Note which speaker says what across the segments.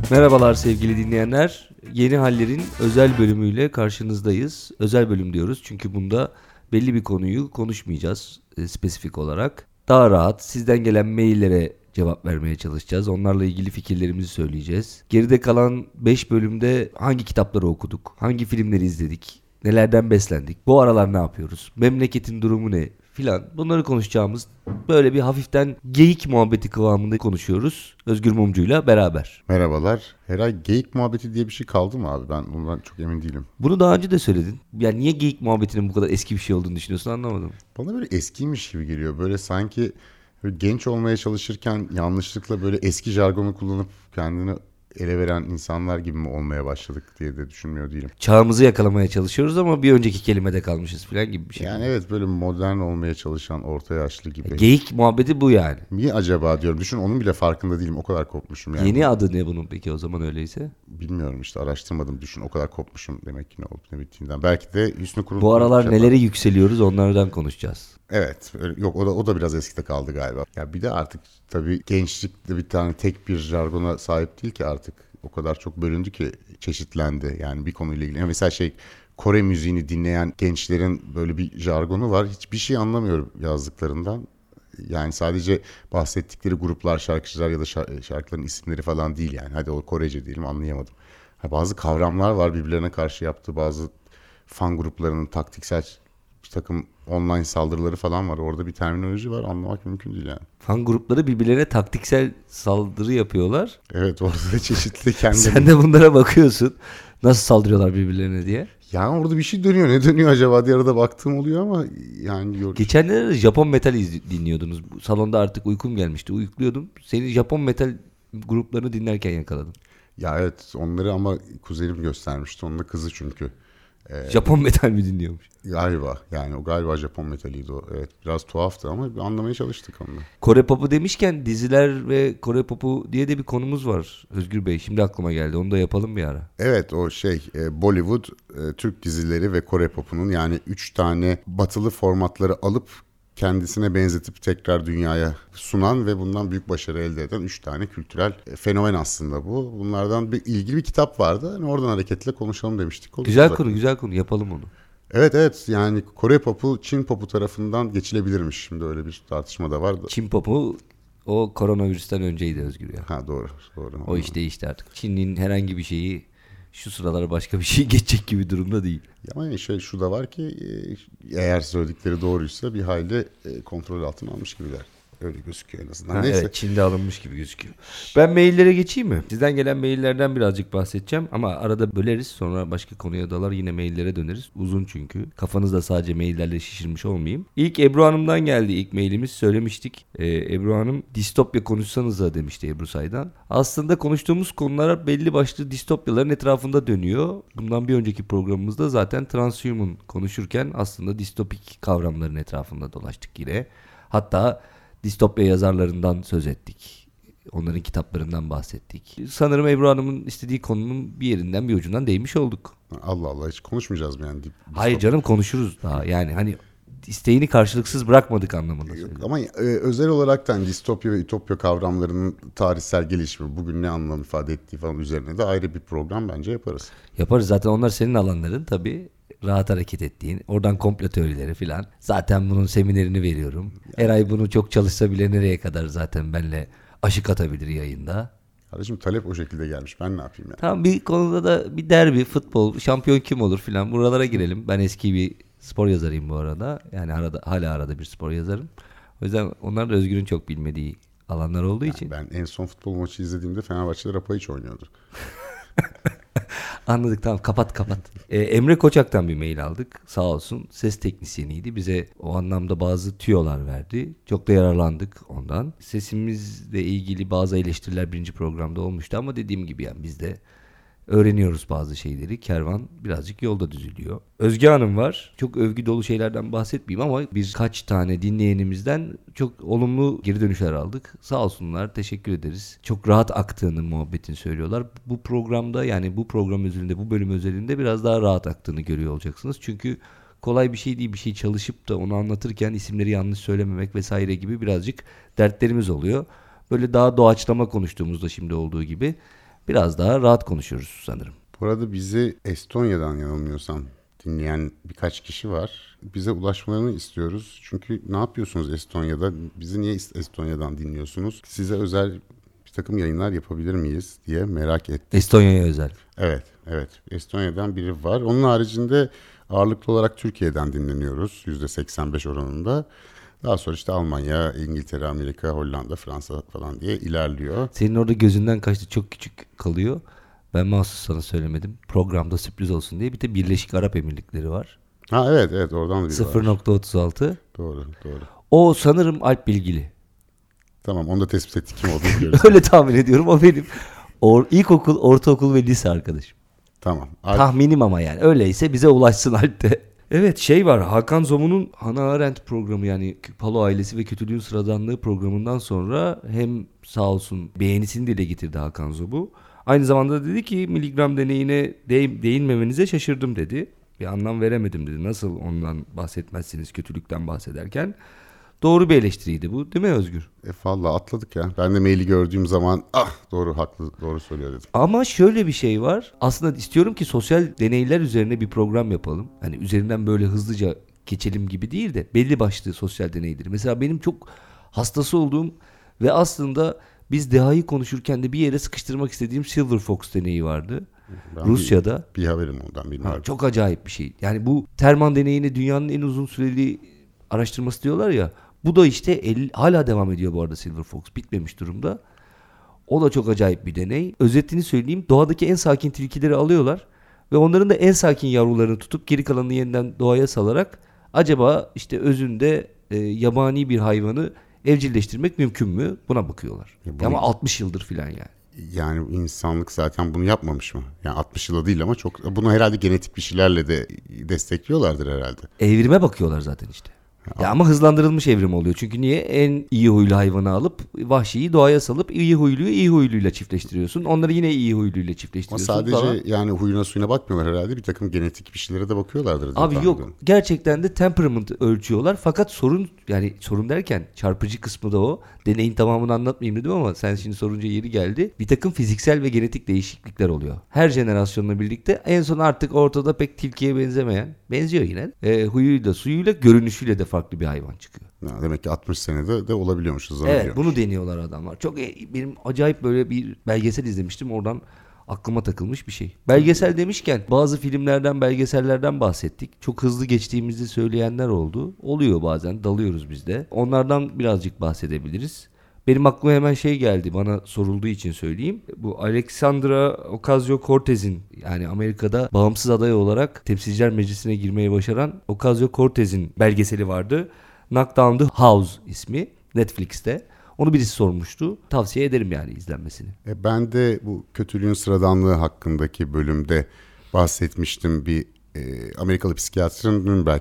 Speaker 1: Merhabalar sevgili dinleyenler. Yeni Haller'in özel bölümüyle karşınızdayız. Özel bölüm diyoruz çünkü bunda belli bir konuyu konuşmayacağız spesifik olarak. Daha rahat sizden gelen maillere cevap vermeye çalışacağız. Onlarla ilgili fikirlerimizi söyleyeceğiz. Geride kalan 5 bölümde hangi kitapları okuduk, hangi filmleri izledik, nelerden beslendik, bu aralar ne yapıyoruz, memleketin durumu ne filan, bunları konuşacağımız böyle bir hafiften geyik muhabbeti kıvamında konuşuyoruz Özgür Mumcu'yla beraber.
Speaker 2: Merhabalar. Herhalde geyik muhabbeti diye bir şey kaldı mı abi? Ben bundan çok emin değilim.
Speaker 1: Bunu daha önce de söyledin. Yani niye geyik muhabbetinin bu kadar eski bir şey olduğunu düşünüyorsun anlamadım.
Speaker 2: Bana böyle eskiymiş gibi geliyor. Böyle sanki böyle genç olmaya çalışırken yanlışlıkla böyle eski jargonu kullanıp kendini ele veren insanlar gibi mi olmaya başladık diye de düşünmüyor değilim.
Speaker 1: Çağımızı yakalamaya çalışıyoruz ama bir önceki kelimede kalmışız falan gibi bir şey.
Speaker 2: Yani evet, böyle modern olmaya çalışan orta yaşlı gibi.
Speaker 1: Geyik muhabbeti bu yani.
Speaker 2: Niye acaba diyorum. Düşün, onun bile farkında değilim. O kadar kopmuşum yani.
Speaker 1: Yeni adı ne bunun peki o zaman öyleyse?
Speaker 2: Bilmiyorum işte, araştırmadım. Düşün, o kadar kopmuşum demek ki ne olup ne bittiğinden. Belki de Hüsnü Kurul.
Speaker 1: Bu aralar nelere yükseliyoruz onlardan konuşacağız.
Speaker 2: Evet, yok o da biraz eskide kaldı galiba. Ya bir de artık tabii gençlikte bir tane tek bir jargona sahip değil ki artık. O kadar çok bölündü ki, çeşitlendi yani bir konuyla ilgili. Yani mesela Kore müziğini dinleyen gençlerin böyle bir jargonu var. Hiçbir şey anlamıyorum yazdıklarından. Yani sadece bahsettikleri gruplar, şarkıcılar ya da şarkıların isimleri falan değil yani. Hadi o Korece diyelim, anlayamadım. Bazı kavramlar var birbirlerine karşı yaptığı, bazı fan gruplarının taktiksel bir takım online saldırıları falan var. Orada bir terminoloji var, anlamak mümkün değil yani.
Speaker 1: Fan grupları birbirlerine taktiksel saldırı yapıyorlar.
Speaker 2: Evet, orada da çeşitli kendine.
Speaker 1: Sen de bunlara bakıyorsun. Nasıl saldırıyorlar birbirlerine diye.
Speaker 2: Yani orada bir şey dönüyor. Ne dönüyor acaba diye arada baktığım oluyor ama yani...
Speaker 1: Geçenlerde Japon metal dinliyordunuz. Salonda artık uykum gelmişti. Uyukluyordum. Seni Japon metal gruplarını dinlerken yakaladım.
Speaker 2: Ya evet, onları ama kuzenim göstermişti. Onun da kızı çünkü.
Speaker 1: Japon metal mi dinliyormuş?
Speaker 2: Galiba. Yani o galiba Japon metaliydi o. Evet, biraz tuhaftı ama anlamaya çalıştık onu.
Speaker 1: Kore popu demişken diziler ve Kore popu diye de bir konumuz var Özgür Bey. Şimdi aklıma geldi. Onu da yapalım bir ara.
Speaker 2: Evet, o Bollywood, Türk dizileri ve Kore popunun, yani 3 tane batılı formatları alıp kendisine benzetip tekrar dünyaya sunan ve bundan büyük başarı elde eden 3 tane kültürel fenomen aslında bu. Bunlardan ilgili bir kitap vardı. Yani oradan hareketle konuşalım demiştik.
Speaker 1: Güzel konu, yapalım onu.
Speaker 2: Evet, yani Kore popu Çin popu tarafından geçilebilirmiş. Şimdi öyle bir tartışma da var.
Speaker 1: Çin popu o koronavirüsten önceydi Özgür ya.
Speaker 2: Ha, doğru.
Speaker 1: O iş değişti artık. Çin'in herhangi bir şeyi şu sıralar başka bir şey geçecek gibi durumda değil.
Speaker 2: Ama şu da var ki, eğer söyledikleri doğruysa bir hayli kontrol altına almış gibiler. Öyle gözüküyor en azından. Neyse.
Speaker 1: Evet, Çin'de alınmış gibi gözüküyor. Ben maillere geçeyim mi? Sizden gelen maillerden birazcık bahsedeceğim ama arada böleriz, sonra başka konuya dalar, yine maillere döneriz. Uzun çünkü. Kafanızda sadece maillerle şişirmiş olmayayım. İlk Ebru Hanım'dan geldi ilk mailimiz, söylemiştik. Ebru Hanım distopya konuşsanıza demişti Ebru Say'dan. Aslında konuştuğumuz konular belli başlı distopyaların etrafında dönüyor. Bundan bir önceki programımızda zaten Transhuman konuşurken aslında distopik kavramların etrafında dolaştık yine. Hatta distopya yazarlarından söz ettik. Onların kitaplarından bahsettik. Sanırım Ebru Hanım'ın istediği konunun bir yerinden bir ucundan değmiş olduk.
Speaker 2: Allah Allah, hiç konuşmayacağız mı yani?
Speaker 1: Hayır canım, konuşuruz daha. Yani hani isteğini karşılıksız bırakmadık anlamında söylüyorum.
Speaker 2: Ama özel olaraktan distopya ve ütopya kavramlarının tarihsel gelişimi, bugün ne anlam ifade ettiği falan üzerine de ayrı bir program bence yaparız.
Speaker 1: Yaparız zaten, onlar senin alanların tabii. Rahat hareket ettiğin, oradan komplo teorileri filan. Zaten bunun seminerini veriyorum. Her ay bunu çok çalışsa bile nereye kadar zaten benle aşık atabilir yayında.
Speaker 2: Kardeşim, talep o şekilde gelmiş. Ben ne yapayım yani?
Speaker 1: Tamam, bir konuda da bir derbi, futbol, şampiyon kim olur filan, buralara girelim. Ben eski bir spor yazarıyım bu arada. Yani hala arada bir spor yazarım. O yüzden onlar da Özgür'ün çok bilmediği alanlar olduğu için.
Speaker 2: Ben en son futbol maçı izlediğimde Fenerbahçe'de Rapayiç oynuyordu.
Speaker 1: Anladık, tamam, kapat. Emre Koçak'tan bir mail aldık. Sağ olsun, ses teknisyeniydi. Bize o anlamda bazı tüyolar verdi. Çok da yararlandık ondan. Sesimizle ilgili bazı eleştiriler birinci programda olmuştu ama dediğim gibi yani biz de öğreniyoruz bazı şeyleri. Kervan birazcık yolda düzülüyor. Özge Hanım var. Çok övgü dolu şeylerden bahsetmeyeyim ama birkaç tane dinleyenimizden çok olumlu geri dönüşler aldık. Sağ olsunlar, teşekkür ederiz. Çok rahat aktığını, muhabbetin söylüyorlar. Bu programda, yani bu program özelinde, bu bölüm özelinde biraz daha rahat aktığını görüyor olacaksınız. Çünkü kolay bir şey değil, bir şey çalışıp da onu anlatırken isimleri yanlış söylememek vesaire gibi birazcık dertlerimiz oluyor. Böyle daha doğaçlama konuştuğumuzda şimdi olduğu gibi biraz daha rahat konuşuyoruz sanırım.
Speaker 2: Bu arada bizi Estonya'dan yanılmıyorsam dinleyen birkaç kişi var. Bize ulaşmalarını istiyoruz. Çünkü ne yapıyorsunuz Estonya'da? Bizi niye Estonya'dan dinliyorsunuz? Size özel bir takım yayınlar yapabilir miyiz diye merak ettim.
Speaker 1: Estonya'ya özel.
Speaker 2: Evet. Estonya'dan biri var. Onun haricinde ağırlıklı olarak Türkiye'den dinleniyoruz. %85 oranında. Daha sonra işte Almanya, İngiltere, Amerika, Hollanda, Fransa falan diye ilerliyor.
Speaker 1: Senin orada gözünden kaçtı, çok küçük kalıyor. Ben mahsus sana söylemedim. Programda sürpriz olsun diye. Bir de Birleşik Arap Emirlikleri var.
Speaker 2: Ha evet oradan da biri var.
Speaker 1: 0.36.
Speaker 2: Doğru.
Speaker 1: O sanırım Alp bilgili.
Speaker 2: Tamam onu da tespit ettik kim olduğunu görürüz.
Speaker 1: Öyle tahmin ediyorum. O benim ilkokul, ortaokul ve lise arkadaşım.
Speaker 2: Tamam.
Speaker 1: Tahminim ama yani. Öyleyse bize ulaşsın Alp'te. Evet var. Hakan Zomu'nun Hannah Arendt programı, yani Palo Ailesi ve Kötülüğün Sıradanlığı programından sonra hem sağ olsun beğenisini dile getirdi Hakan Zomu. Aynı zamanda dedi ki miligram deneyine değinmemenize şaşırdım dedi. Bir anlam veremedim dedi. Nasıl ondan bahsetmezsiniz kötülükten bahsederken. Doğru bir eleştiriydi bu, değil mi Özgür?
Speaker 2: Vallahi atladık ya. Ben de maili gördüğüm zaman doğru söylüyor dedim.
Speaker 1: Ama şöyle bir şey var. Aslında istiyorum ki sosyal deneyler üzerine bir program yapalım. Hani üzerinden böyle hızlıca geçelim gibi değil de belli başlı sosyal deneyleri. Mesela benim çok hastası olduğum ve aslında biz dehayı konuşurken de bir yere sıkıştırmak istediğim Silver Fox deneyi vardı.
Speaker 2: Ben
Speaker 1: Rusya'da.
Speaker 2: Bir haberim ondan bilmiyorum.
Speaker 1: Çok acayip bir şey. Yani bu Terman deneyini dünyanın en uzun süreli araştırması diyorlar ya. Bu da işte hala devam ediyor bu arada Silver Fox. Bitmemiş durumda. O da çok acayip bir deney. Özetini söyleyeyim. Doğadaki en sakin tilkileri alıyorlar. Ve onların da en sakin yavrularını tutup geri kalanını yeniden doğaya salarak acaba işte özünde yabani bir hayvanı evcilleştirmek mümkün mü? Buna bakıyorlar. Ama 60 yıldır filan yani.
Speaker 2: Yani insanlık zaten bunu yapmamış mı? Yani 60 yıla değil ama çok. Bunu herhalde genetik bir şeylerle de destekliyorlardır herhalde.
Speaker 1: Evrime bakıyorlar zaten işte. Ya ama hızlandırılmış evrim oluyor. Çünkü niye? En iyi huylu hayvanı alıp vahşiyi doğaya salıp iyi huyluyu iyi huyluyla çiftleştiriyorsun. Onları yine iyi huyluyla çiftleştiriyorsun.
Speaker 2: Ama sadece
Speaker 1: falan.
Speaker 2: Yani huyuna suyuna bakmıyorlar herhalde. Bir takım genetik bir şeylere de bakıyorlardır.
Speaker 1: Abi yok. Gerçekten de temperament ölçüyorlar. Fakat sorun derken çarpıcı kısmı da o. Deneyin tamamını anlatmayayım dedim ama sen şimdi sorunca yeri geldi. Bir takım fiziksel ve genetik değişiklikler oluyor. Her jenerasyonla birlikte en son artık ortada pek tilkiye benziyor yine. Huyuyla suyuyla görünüşüyle de farklı bir hayvan çıkıyor.
Speaker 2: Ya demek ki 60 senede de olabiliyormuşuz.
Speaker 1: Evet, bunu deniyorlar adamlar. Çok benim acayip böyle bir belgesel izlemiştim. Oradan aklıma takılmış bir şey. Belgesel demişken bazı filmlerden, belgesellerden bahsettik. Çok hızlı geçtiğimizi söyleyenler oldu. Oluyor bazen, dalıyoruz biz de. Onlardan birazcık bahsedebiliriz. Benim aklıma hemen geldi, bana sorulduğu için söyleyeyim. Bu Alexandra Ocasio-Cortez'in, yani Amerika'da bağımsız aday olarak Temsilciler Meclisi'ne girmeyi başaran Ocasio-Cortez'in belgeseli vardı. Knock Down the House ismi, Netflix'te. Onu birisi sormuştu. Tavsiye ederim yani izlenmesini.
Speaker 2: Ben de bu kötülüğün sıradanlığı hakkındaki bölümde bahsetmiştim. Bir Amerikalı psikiyatrın Nürnberg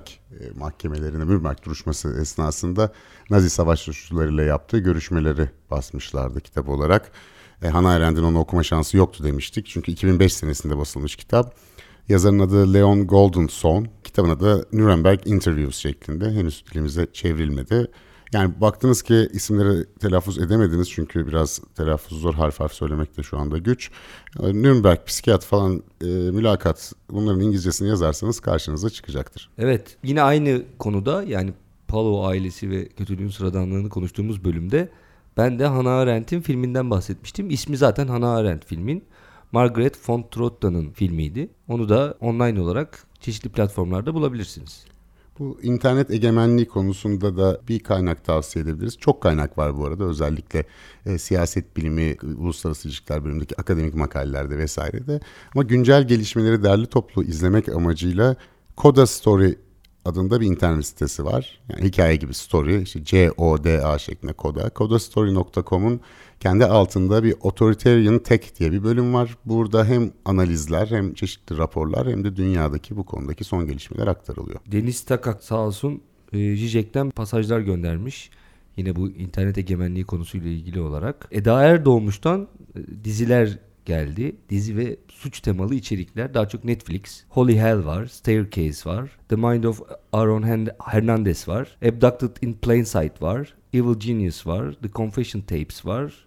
Speaker 2: Nürnberg duruşması esnasında Nazi savaş suçlularıyla yaptığı görüşmeleri basmışlardı kitap olarak. Hannah Arendt'in onu okuma şansı yoktu demiştik. Çünkü 2005 senesinde basılmış kitap. Yazarın adı Leon Goldensohn. Kitabın adı Nuremberg Interviews şeklinde. Henüz dilimize çevrilmedi. Yani baktınız ki isimleri telaffuz edemediniz çünkü biraz telaffuz zor, harf söylemek de şu anda güç. Nürnberg psikiyat falan mülakat, bunların İngilizcesini yazarsanız karşınıza çıkacaktır.
Speaker 1: Evet, yine aynı konuda, yani Palo ailesi ve kötülüğün sıradanlığını konuştuğumuz bölümde ben de Hannah Arendt'in filminden bahsetmiştim. İsmi zaten Hannah Arendt filmin. Margaret von Trotta'nın filmiydi. Onu da online olarak çeşitli platformlarda bulabilirsiniz.
Speaker 2: Bu internet egemenliği konusunda da bir kaynak tavsiye edebiliriz. Çok kaynak var bu arada, özellikle siyaset bilimi, uluslararası ilişkiler bölümündeki akademik makalelerde vesairede. Ama güncel gelişmeleri derli toplu izlemek amacıyla Coda Story adında bir internet sitesi var. Yani hikaye gibi story, işte CODA şeklinde Coda. Codastory.com'un kendi altında bir Authoritarian Tech diye bir bölüm var. Burada hem analizler hem çeşitli raporlar hem de dünyadaki bu konudaki son gelişmeler aktarılıyor.
Speaker 1: Deniz Takak sağ olsun Zizek'ten pasajlar göndermiş. Yine bu internet egemenliği konusuyla ilgili olarak. Eda Erdoğmuş'tan diziler geldi. Dizi ve suç temalı içerikler. Daha çok Netflix. Holy Hell var. Staircase var. The Mind of Aaron Hernandez var. Abducted in Plain Sight var. Evil Genius var. The Confession Tapes var.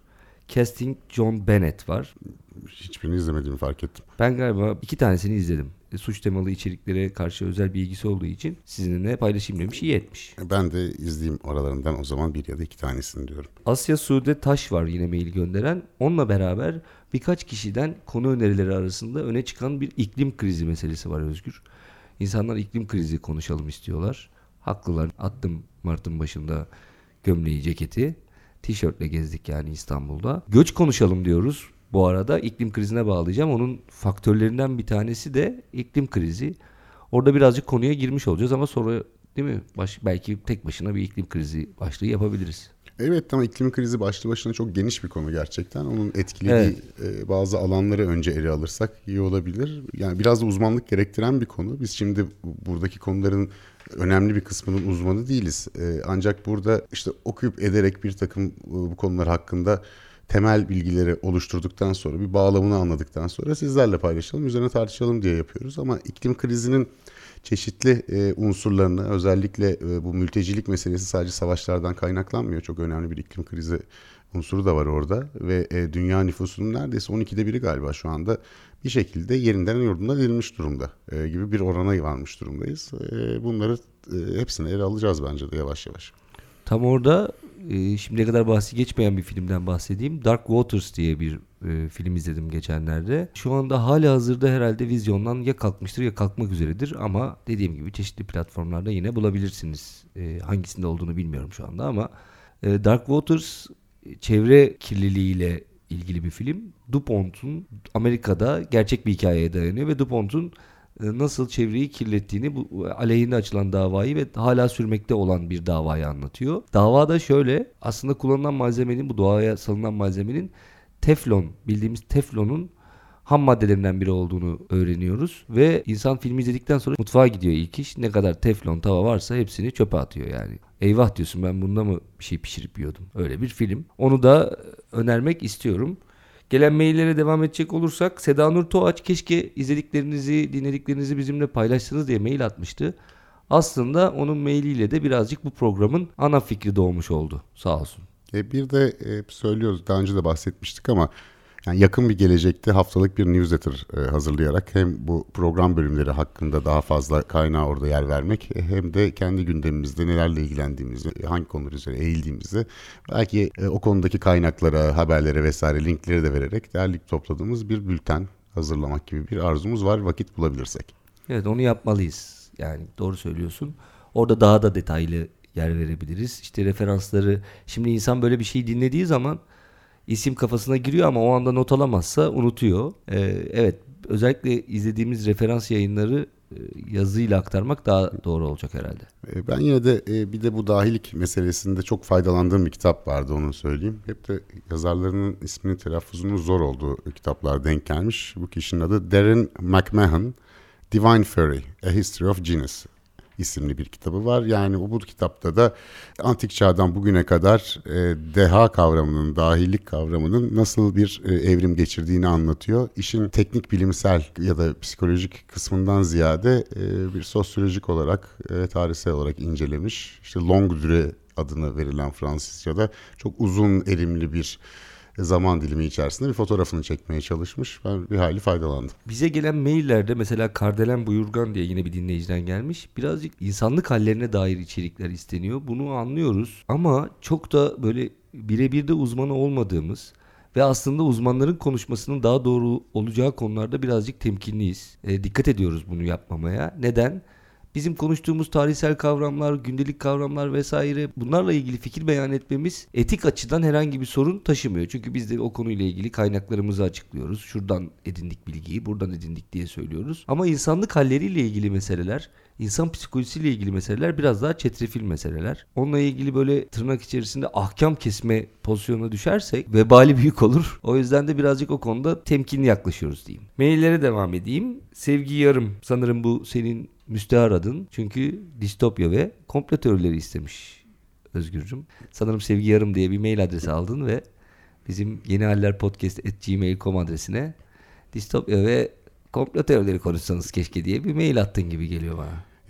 Speaker 1: Casting John Bennett var.
Speaker 2: Hiçbirini izlemediğimi fark ettim.
Speaker 1: Ben galiba 2 tanesini izledim. Suç temalı içeriklere karşı özel bir ilgisi olduğu için sizinle paylaşayım demiş, iyi etmiş.
Speaker 2: Ben de izleyeyim aralarından o zaman 1 ya da 2 tanesini diyorum.
Speaker 1: Asya Sude Taş var yine mail gönderen. Onunla beraber birkaç kişiden konu önerileri arasında öne çıkan bir iklim krizi meselesi var Özgür. İnsanlar iklim krizi konuşalım istiyorlar. Haklılar. Attım Mart'ın başında gömleği, ceketi. Tişörtle gezdik yani İstanbul'da. Göç konuşalım diyoruz. Bu arada iklim krizine bağlayacağım. Onun faktörlerinden bir tanesi de iklim krizi. Orada birazcık konuya girmiş olacağız ama sonra değil mi? Belki tek başına bir iklim krizi başlığı yapabiliriz.
Speaker 2: Evet, ama iklim krizi başlı başına çok geniş bir konu gerçekten. Onun etkilediği bazı alanları önce ele alırsak iyi olabilir. Yani biraz da uzmanlık gerektiren bir konu. Biz şimdi buradaki konuların önemli bir kısmının uzmanı değiliz. Ancak burada işte okuyup ederek bir takım bu konular hakkında temel bilgileri oluşturduktan sonra, bir bağlamını anladıktan sonra sizlerle paylaşalım, üzerine tartışalım diye yapıyoruz. Ama iklim krizinin çeşitli unsurlarını, özellikle bu mültecilik meselesi sadece savaşlardan kaynaklanmıyor. Çok önemli bir iklim krizi unsuru da var orada ve dünya nüfusunun neredeyse 12'de biri galiba şu anda bir şekilde yerinden yurdundan edilmiş durumda gibi bir orana varmış durumdayız. Bunları hepsini ele alacağız bence de yavaş yavaş.
Speaker 1: Tam orada şimdiye kadar bahsi geçmeyen bir filmden bahsedeyim. Dark Waters diye bir film izledim geçenlerde. Şu anda halihazırda herhalde vizyondan ya kalkmıştır ya kalkmak üzeredir ama dediğim gibi çeşitli platformlarda yine bulabilirsiniz. Hangisinde olduğunu bilmiyorum şu anda ama Dark Waters çevre kirliliğiyle ilgili bir film. DuPont'un Amerika'da gerçek bir hikayeye dayanıyor ve DuPont'un nasıl çevreyi kirlettiğini, bu aleyhine açılan davayı ve hala sürmekte olan bir davayı anlatıyor. Davada şöyle, aslında kullanılan malzemenin, bu doğaya salınan malzemenin teflon, bildiğimiz teflonun ham maddelerinden biri olduğunu öğreniyoruz ve insan filmi izledikten sonra mutfağa gidiyor ilk iş. Ne kadar teflon tava varsa hepsini çöpe atıyor yani. Eyvah diyorsun, ben bunda mı bir şey pişirip yiyordum? Öyle bir film. Onu da önermek istiyorum. Gelen maillere devam edecek olursak, Seda Nur Toğaç keşke izlediklerinizi, dinlediklerinizi bizimle paylaşsanız diye mail atmıştı. Aslında onun mailiyle de birazcık bu programın ana fikri doğmuş oldu. Sağ olsun.
Speaker 2: Bir de söylüyoruz, daha önce de bahsetmiştik ama yani yakın bir gelecekte haftalık bir newsletter hazırlayarak hem bu program bölümleri hakkında daha fazla kaynağı orada yer vermek, hem de kendi gündemimizde nelerle ilgilendiğimizi, hangi konular üzerine eğildiğimizi, belki o konudaki kaynaklara, haberlere vesaire linkleri de vererek derleyip topladığımız bir bülten hazırlamak gibi bir arzumuz var, vakit bulabilirsek.
Speaker 1: Evet, onu yapmalıyız. Yani doğru söylüyorsun. Orada daha da detaylı yer verebiliriz. İşte referansları, şimdi insan böyle bir şey dinlediği zaman İsim kafasına giriyor ama o anda not alamazsa unutuyor. Evet, özellikle izlediğimiz referans yayınları yazıyla aktarmak daha doğru olacak herhalde.
Speaker 2: Ben yine de bir de bu dahilik meselesinde çok faydalandığım bir kitap vardı, onu söyleyeyim. Hep de yazarlarının isminin telaffuzunun zor olduğu kitaplar denk gelmiş. Bu kişinin adı Darren McMahon, Divine Fury, A History of Genius isimli bir kitabı var. Yani bu kitapta da antik çağdan bugüne kadar deha kavramının, dahilik kavramının nasıl bir evrim geçirdiğini anlatıyor. İşin teknik, bilimsel ya da psikolojik kısmından ziyade bir sosyolojik olarak, tarihsel olarak incelemiş. İşte longue durée adını verilen Fransızca'da çok uzun erimli bir zaman dilimi içerisinde bir fotoğrafını çekmeye çalışmış. Ben bir hayli faydalandım.
Speaker 1: Bize gelen maillerde mesela Kardelen Buyurgan diye yine bir dinleyiciden gelmiş. Birazcık insanlık hallerine dair içerikler isteniyor. Bunu anlıyoruz ama çok da böyle birebir de uzmanı olmadığımız ve aslında uzmanların konuşmasının daha doğru olacağı konularda birazcık temkinliyiz. Dikkat ediyoruz bunu yapmamaya. Neden? Bizim konuştuğumuz tarihsel kavramlar, gündelik kavramlar vesaire, bunlarla ilgili fikir beyan etmemiz etik açıdan herhangi bir sorun taşımıyor. Çünkü biz de o konuyla ilgili kaynaklarımızı açıklıyoruz. Şuradan edindik bilgiyi, buradan edindik diye söylüyoruz. Ama insanlık halleriyle ilgili meseleler, insan psikolojisiyle ilgili meseleler biraz daha çetrefil meseleler. Onunla ilgili böyle tırnak içerisinde ahkam kesme pozisyonuna düşersek vebali büyük olur. O yüzden de birazcık o konuda temkinli yaklaşıyoruz diyeyim. Maillere devam edeyim. Sevgi Yarım, sanırım bu senin müstehar adın. Çünkü distopya ve komplo teorileri istemiş Özgürcüm. Sanırım Sevgi Yarım diye bir mail adresi aldın ve bizim yenihallerpodcast@gmail.com adresine distopya ve komplo teorileri konuşsanız keşke diye bir mail attın gibi geliyor bana.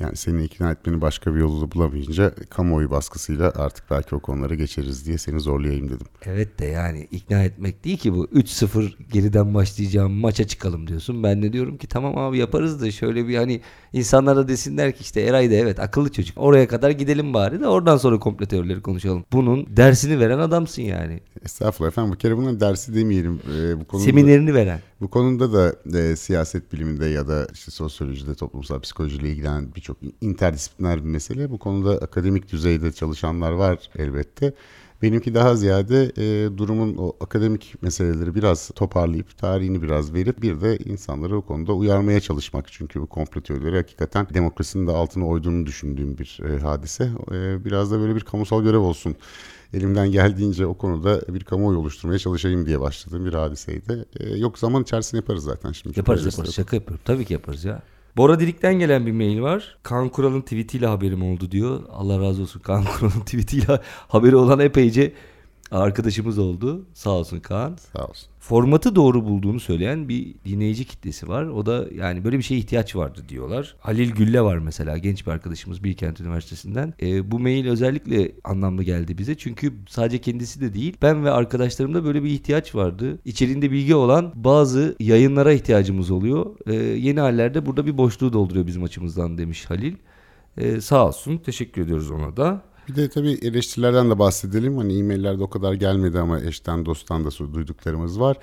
Speaker 2: Yani seni ikna etmenin başka bir yolu bulamayınca kamuoyu baskısıyla artık belki o konulara geçeriz diye seni zorlayayım dedim.
Speaker 1: Evet de yani ikna etmek değil ki bu. 3-0 geriden başlayacağım maça çıkalım diyorsun. Ben de diyorum ki tamam abi yaparız da şöyle bir hani insanlara desinler ki işte Eray da evet akıllı çocuk. Oraya kadar gidelim bari de oradan sonra komple teorileri konuşalım. Bunun dersini veren adamsın yani.
Speaker 2: Estağfurullah efendim, bu kere bunların dersi demeyelim. Bu konuda,
Speaker 1: seminerini veren.
Speaker 2: Bu konuda da siyaset biliminde ya da işte sosyolojide, toplumsal psikolojiyle ilgilenen birçok interdisipliner bir mesele. Bu konuda akademik düzeyde çalışanlar var elbette. Benimki daha ziyade durumun o akademik meseleleri biraz toparlayıp tarihini biraz verip bir de insanları o konuda uyarmaya çalışmak. Çünkü bu komplo teorileri hakikaten demokrasinin de altına oyduğunu düşündüğüm bir hadise. Biraz da böyle bir kamusal görev olsun. Elimden geldiğince o konuda bir kamuoyu oluşturmaya çalışayım diye başladığım bir hadiseydi. Yok, zaman içerisinde yaparız zaten. Şimdi
Speaker 1: Yaparız. Şaka yapıyorum. Tabii ki yaparız ya. Bora Dilik'ten gelen bir mail var. Kaan Kural'ın tweetiyle haberim oldu diyor. Allah razı olsun. Kaan Kural'ın tweetiyle haberi olan epeyce arkadaşımız oldu. Sağ olsun Kaan.
Speaker 2: Sağ olsun.
Speaker 1: Formatı doğru bulduğunu söyleyen bir dinleyici kitlesi var. O da yani böyle bir şeye ihtiyaç vardı diyorlar. Halil Gülle var mesela, genç bir arkadaşımız Bilkent Üniversitesi'nden. Bu mail özellikle anlamlı geldi bize. Çünkü sadece kendisi de değil, ben ve arkadaşlarımda böyle bir ihtiyaç vardı. İçeriğinde bilgi olan bazı yayınlara ihtiyacımız oluyor. Yeni hallerde burada bir boşluğu dolduruyor bizim açımızdan demiş Halil. Sağ olsun, teşekkür ediyoruz ona da.
Speaker 2: Bir de tabii eleştirilerden de bahsedelim. Hani e-maillerde o kadar gelmedi ama eşten dosttan da duyduklarımız var.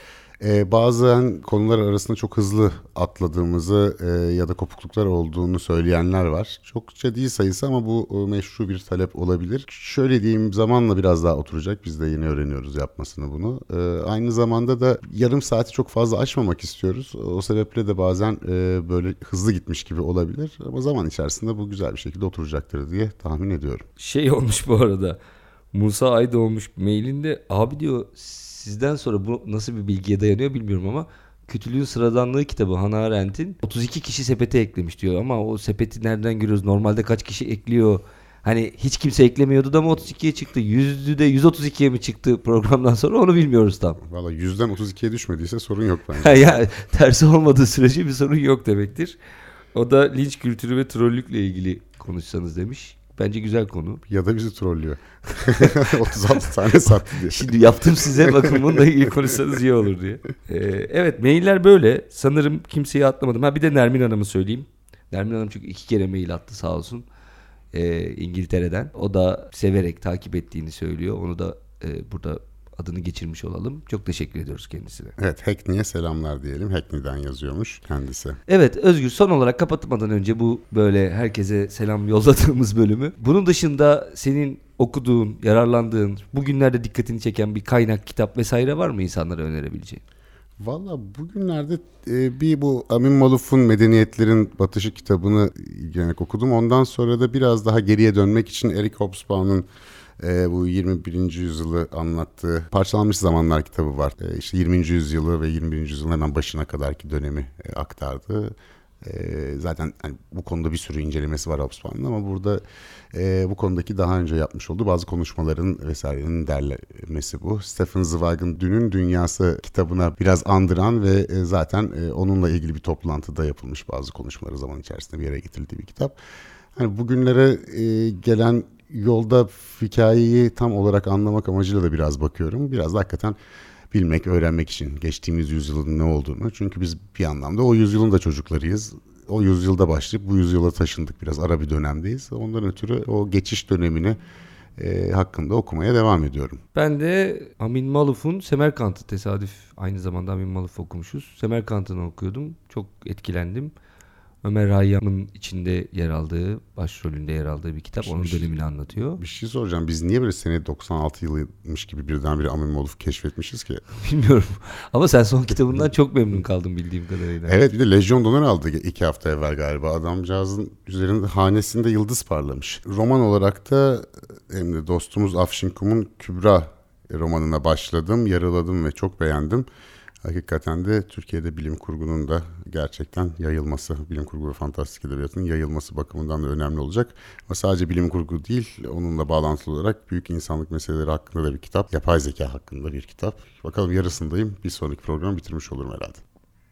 Speaker 2: Bazen konular arasında çok hızlı atladığımızı ya da kopukluklar olduğunu söyleyenler var. Çokça değil sayısı ama bu meşru bir talep olabilir. Şöyle diyeyim, zamanla biraz daha oturacak. Biz de yeni öğreniyoruz yapmasını bunu. Aynı zamanda da yarım saati çok fazla aşmamak istiyoruz. O sebeple de bazen böyle hızlı gitmiş gibi olabilir. Ama zaman içerisinde bu güzel bir şekilde oturacaktır diye tahmin ediyorum.
Speaker 1: Şey olmuş bu arada. Musa Aydoğmuş mailinde abi diyor, sizden sonra bu nasıl bir bilgiye dayanıyor bilmiyorum ama Kötülüğün Sıradanlığı kitabı Hannah Arendt'in 32 kişi sepete eklemiş diyor ama o sepeti nereden görüyoruz? Normalde kaç kişi ekliyor? Hani hiç kimse eklemiyordu da mı 32'ye çıktı? %'de 132'ye mi çıktı programdan sonra, onu bilmiyoruz tam.
Speaker 2: Valla 100'den 32'ye düşmediyse sorun yok bence.
Speaker 1: Ya tersi olmadığı sürece bir sorun yok demektir. O da linç kültürü ve trollükle ilgili konuşsanız demiş. Bence güzel konu.
Speaker 2: Ya da bizi trollüyor. 36 tane sattı diye.
Speaker 1: Şimdi yaptım size, bakın bununla ilgili konuşsanız iyi olur diye. Evet, mailler böyle. Sanırım kimseyi atlamadım. Bir de Nermin Hanım'ı söyleyeyim. Nermin Hanım çünkü 2 kere mail attı sağ olsun. İngiltere'den. O da severek takip ettiğini söylüyor. Onu da burada adını geçirmiş olalım. Çok teşekkür ediyoruz kendisine.
Speaker 2: Evet, Hackney'e selamlar diyelim. Hackney'den yazıyormuş kendisi.
Speaker 1: Evet Özgür, son olarak kapatmadan önce bu böyle herkese selam yolladığımız bölümü. Bunun dışında senin okuduğun, yararlandığın, bugünlerde dikkatini çeken bir kaynak, kitap vesaire var mı insanlara önerebileceğin?
Speaker 2: Valla bugünlerde bir bu Amin Maluf'un Medeniyetlerin Batışı kitabını ilgilenerek okudum. Ondan sonra da biraz daha geriye dönmek için Eric Hobsbawm'ın bu 21. yüzyılı anlattığı Parçalanmış Zamanlar kitabı var. İşte 20. yüzyılı ve 21. yüzyılın hemen başına kadarki dönemi aktardı. Zaten hani bu konuda bir sürü incelemesi var Hobsbawm'ın ama burada bu konudaki daha önce yapmış olduğu bazı konuşmaların vesairenin derlemesi bu. Stefan Zweig'ın Dünün Dünyası kitabına biraz andıran ve zaten onunla ilgili bir toplantıda yapılmış bazı konuşmaları zaman içerisinde bir yere getirildiği bir kitap. Hani bugünlere gelen yolda hikayeyi tam olarak anlamak amacıyla da biraz bakıyorum. Biraz da hakikaten bilmek, öğrenmek için geçtiğimiz yüzyılın ne olduğunu. Çünkü biz bir anlamda o yüzyılın da çocuklarıyız. O yüzyılda başlayıp bu yüzyıla taşındık. Biraz ara bir dönemdeyiz. Ondan ötürü o geçiş dönemini hakkında okumaya devam ediyorum.
Speaker 1: Ben de Amin Maluf'un Semerkant'ı, tesadüf aynı zamanda Amin Maluf okumuşuz. Semerkant'ını okuyordum. Çok etkilendim. Ömer Hayyam'ın içinde yer aldığı, başrolünde yer aldığı bir kitap. Onun dönemini anlatıyor.
Speaker 2: Bir şey soracağım. Biz niye böyle sene 96 yılıymış gibi birdenbire Amin Maluf keşfetmişiz ki?
Speaker 1: Bilmiyorum. Ama sen son kitabından çok memnun kaldın bildiğim kadarıyla.
Speaker 2: Evet, bir de Lejyon d'Honneur aldı 2 hafta evvel galiba. Adamcağızın üzerinde hanesinde yıldız parlamış. Roman olarak da hem de dostumuz Afşin Kum'un Kübra romanına başladım, yarıladım ve çok beğendim. Hakikaten de Türkiye'de bilim kurgunun da gerçekten yayılması, bilim kurgu ve fantastik edebiyatının yayılması bakımından da önemli olacak. Ama sadece bilim kurgu değil, onunla bağlantılı olarak büyük insanlık meseleleri hakkında da bir kitap, yapay zeka hakkında bir kitap. Bakalım yarısındayım, bir sonraki programı bitirmiş olurum herhalde.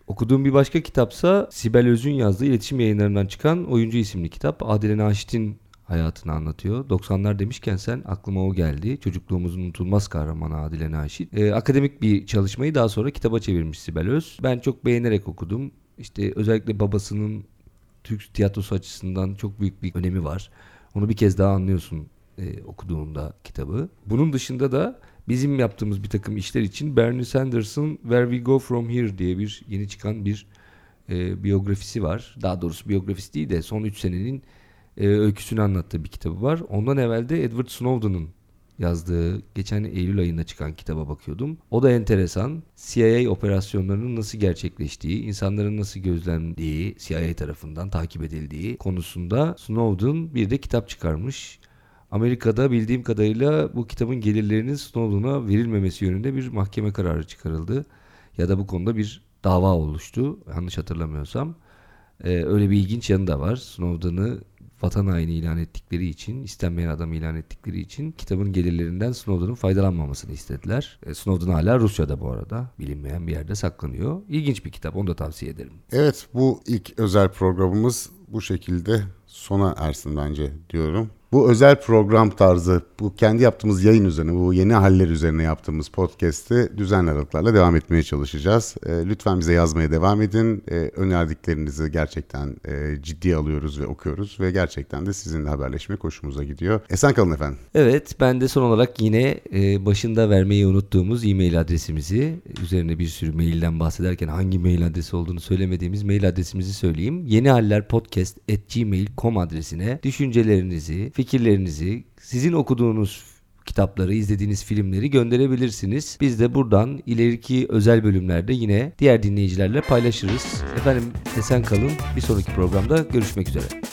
Speaker 1: Okuduğum bir başka kitapsa Sibel Öz'ün yazdığı iletişim yayınlarından çıkan Oyuncu isimli kitap. Adile Naşit'in hayatını anlatıyor. 90'lar demişken sen aklıma o geldi. Çocukluğumuzun unutulmaz kahramanı Adile Naşit. Akademik bir çalışmayı daha sonra kitaba çevirmiş Sibel Öz. Ben çok beğenerek okudum. İşte özellikle babasının Türk tiyatrosu açısından çok büyük bir önemi var. Onu bir kez daha anlıyorsun okuduğunda kitabı. Bunun dışında da bizim yaptığımız bir takım işler için Bernie Sanders'ın Where We Go From Here diye bir yeni çıkan bir biyografisi var. Daha doğrusu biyografisi değil de son 3 senenin öyküsünü anlattığı bir kitabı var. Ondan evvel de Edward Snowden'ın yazdığı geçen Eylül ayında çıkan kitaba bakıyordum. O da enteresan. CIA operasyonlarının nasıl gerçekleştiği, insanların nasıl gözlendiği, CIA tarafından takip edildiği konusunda Snowden bir de kitap çıkarmış. Amerika'da bildiğim kadarıyla bu kitabın gelirlerinin Snowden'a verilmemesi yönünde bir mahkeme kararı çıkarıldı. Ya da bu konuda bir dava oluştu. Yanlış hatırlamıyorsam. Öyle bir ilginç yanı da var. Snowden'ı vatan haini ilan ettikleri için, istenmeyen adam ilan ettikleri için kitabın gelirlerinden Snowden'ın faydalanmamasını istediler. Snowden hala Rusya'da bu arada. Bilinmeyen bir yerde saklanıyor. İlginç bir kitap. Onu da tavsiye ederim.
Speaker 2: Evet, bu ilk özel programımız bu şekilde sona ersin bence diyorum. Bu özel program tarzı, bu kendi yaptığımız yayın üzerine, bu yeni haller üzerine yaptığımız podcast'i düzenli aralıklarla devam etmeye çalışacağız. Lütfen bize yazmaya devam edin. Önerdiklerinizi gerçekten ciddiye alıyoruz ve okuyoruz ve gerçekten de sizinle haberleşmek hoşumuza gidiyor. Esen kalın efendim.
Speaker 1: Evet, ben de son olarak yine başında vermeyi unuttuğumuz e-mail adresimizi, üzerine bir sürü mailden bahsederken hangi mail adresi olduğunu söylemediğimiz mail adresimizi söyleyeyim. yenihallerpodcast@gmail.com adresine düşüncelerinizi, fikirlerinizi, sizin okuduğunuz kitapları, izlediğiniz filmleri gönderebilirsiniz. Biz de buradan ileriki özel bölümlerde yine diğer dinleyicilerle paylaşırız. Efendim esen kalın. Bir sonraki programda görüşmek üzere.